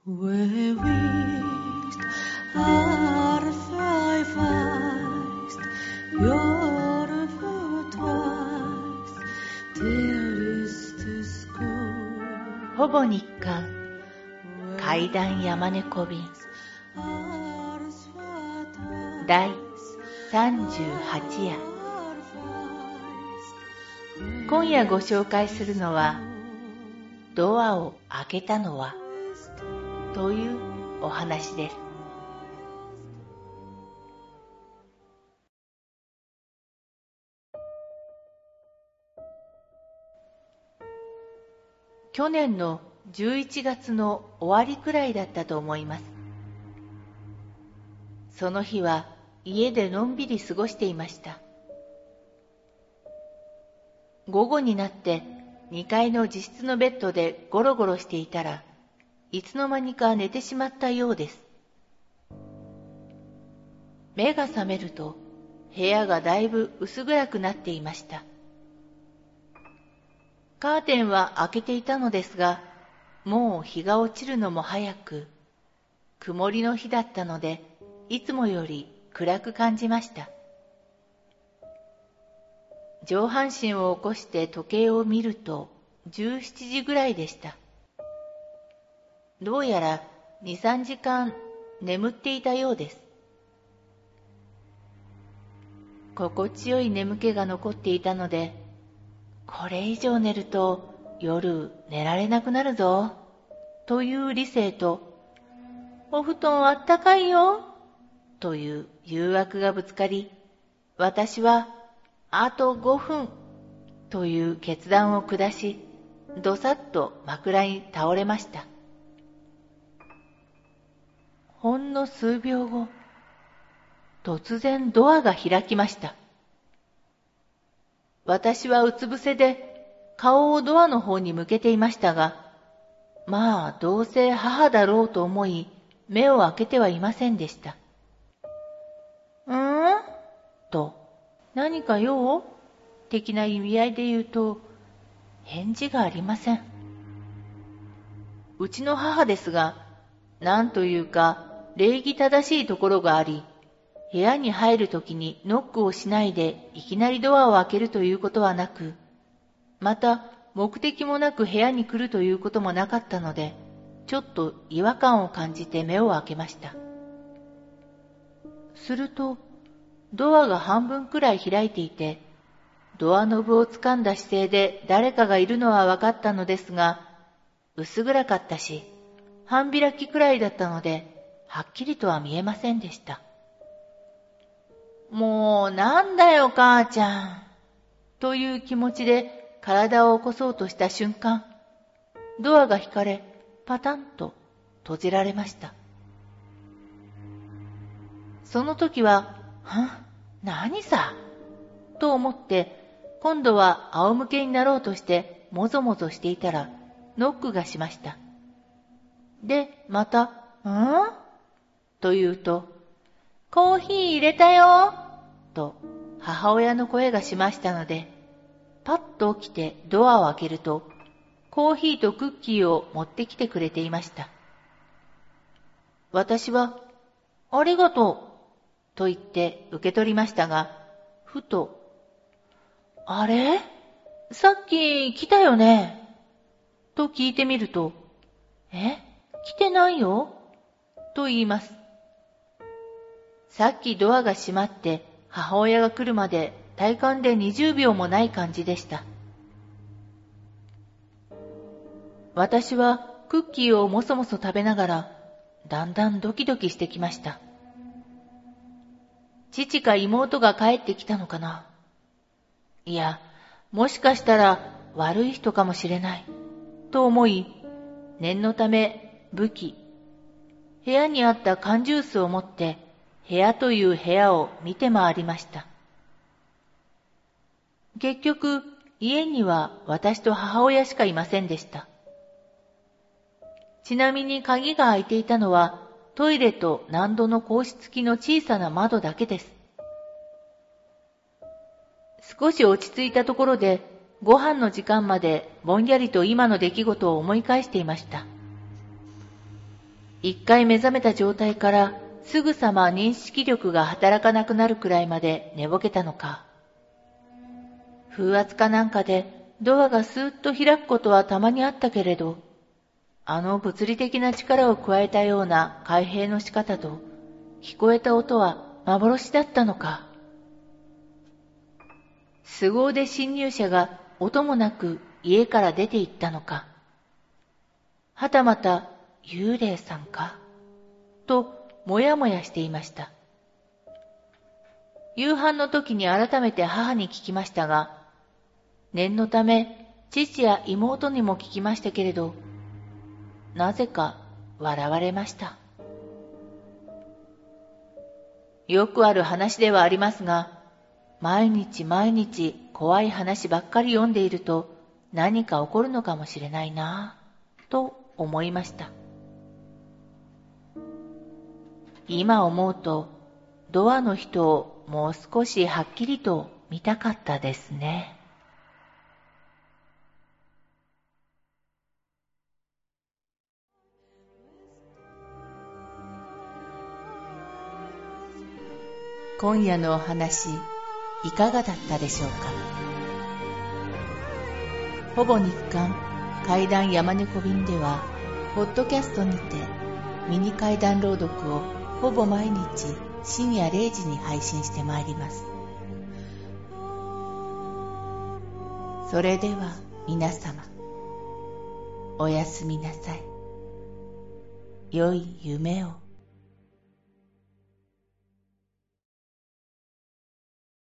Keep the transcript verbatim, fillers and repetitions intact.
Where wished are five eyes, your foot twice, there is the school. ほぼ日刊怪談山猫便第さんじゅうはち夜。今夜ご紹介するのは、ドアを開けたのはというお話です。去年のじゅういちがつの終わりくらいだったと思います。その日は家でのんびり過ごしていました。午後になってにかいの自室のベッドでゴロゴロしていたら、いつの間にか寝てしまったようです。目が覚めると部屋がだいぶ薄暗くなっていました。カーテンは開けていたのですが、もう日が落ちるのも早く、曇りの日だったので、いつもより暗く感じました。上半身を起こして時計を見るとじゅうしちじぐらいでした。どうやらに、さんじかん眠っていたようです。心地よい眠気が残っていたので、これ以上寝ると夜寝られなくなるぞという理性と、お布団あったかいよという誘惑がぶつかり、私はあとごふんという決断を下し、どさっと枕に倒れました。ほんの数秒後、突然ドアが開きました。私はうつ伏せで顔をドアの方に向けていましたが、まあどうせ母だろうと思い、目を開けてはいませんでした。んーと、何か用的な意味合いで言うと、返事がありません。うちの母ですが、なんというか礼儀正しいところがあり、部屋に入るときにノックをしないでいきなりドアを開けるということはなく、また目的もなく部屋に来るということもなかったので、ちょっと違和感を感じて目を開けました。すると、ドアが半分くらい開いていて、ドアノブを掴んだ姿勢で誰かがいるのは分かったのですが、薄暗かったし、半開きくらいだったので、はっきりとは見えませんでした。もうなんだよ母ちゃん、という気持ちで体を起こそうとした瞬間、ドアが引かれ、パタンと閉じられました。その時は、はん、何さ、と思って、今度は仰向けになろうとしてもぞもぞしていたら、ノックがしました。で、また、んと言うと、コーヒー入れたよと母親の声がしましたので、パッと起きてドアを開けると、コーヒーとクッキーを持ってきてくれていました。私は、ありがとうと言って受け取りましたが、ふと、あれ？さっき来たよね？と聞いてみると、え？来てないよ？と言います。さっきドアが閉まって母親が来るまで体感でにじゅうびょうもない感じでした。私はクッキーをもそもそ食べながらだんだんドキドキしてきました。父か妹が帰ってきたのかな。いや、もしかしたら悪い人かもしれないと思い、念のため武器、部屋にあった缶ジュースを持って部屋という部屋を見て回りました。結局、家には私と母親しかいませんでした。ちなみに鍵が開いていたのはトイレと納戸の格子付きの小さな窓だけです。少し落ち着いたところで、ご飯の時間までぼんやりと今の出来事を思い返していました。 一回目覚めた状態からすぐさま認識力が働かなくなるくらいまで寝ぼけたのか。風圧かなんかでドアがスーッと開くことはたまにあったけれど、あの物理的な力を加えたような開閉の仕方と聞こえた音は幻だったのか。凄腕侵入者が音もなく家から出て行ったのか。はたまた幽霊さんかともやもやしていました。夕飯の時に改めて母に聞きましたが、念のため父や妹にも聞きましたけれど、なぜか笑われました。よくある話ではありますが、毎日毎日怖い話ばっかり読んでいると何か起こるのかもしれないなぁと思いました。今思うとドアの人をもう少しはっきりと見たかったですね。今夜のお話いかがだったでしょうか。ほぼ日刊怪談山猫便ではポッドキャストにてミニ怪談朗読をほぼ毎日深夜れいじに配信してまいります。それでは皆様おやすみなさい。良い夢を。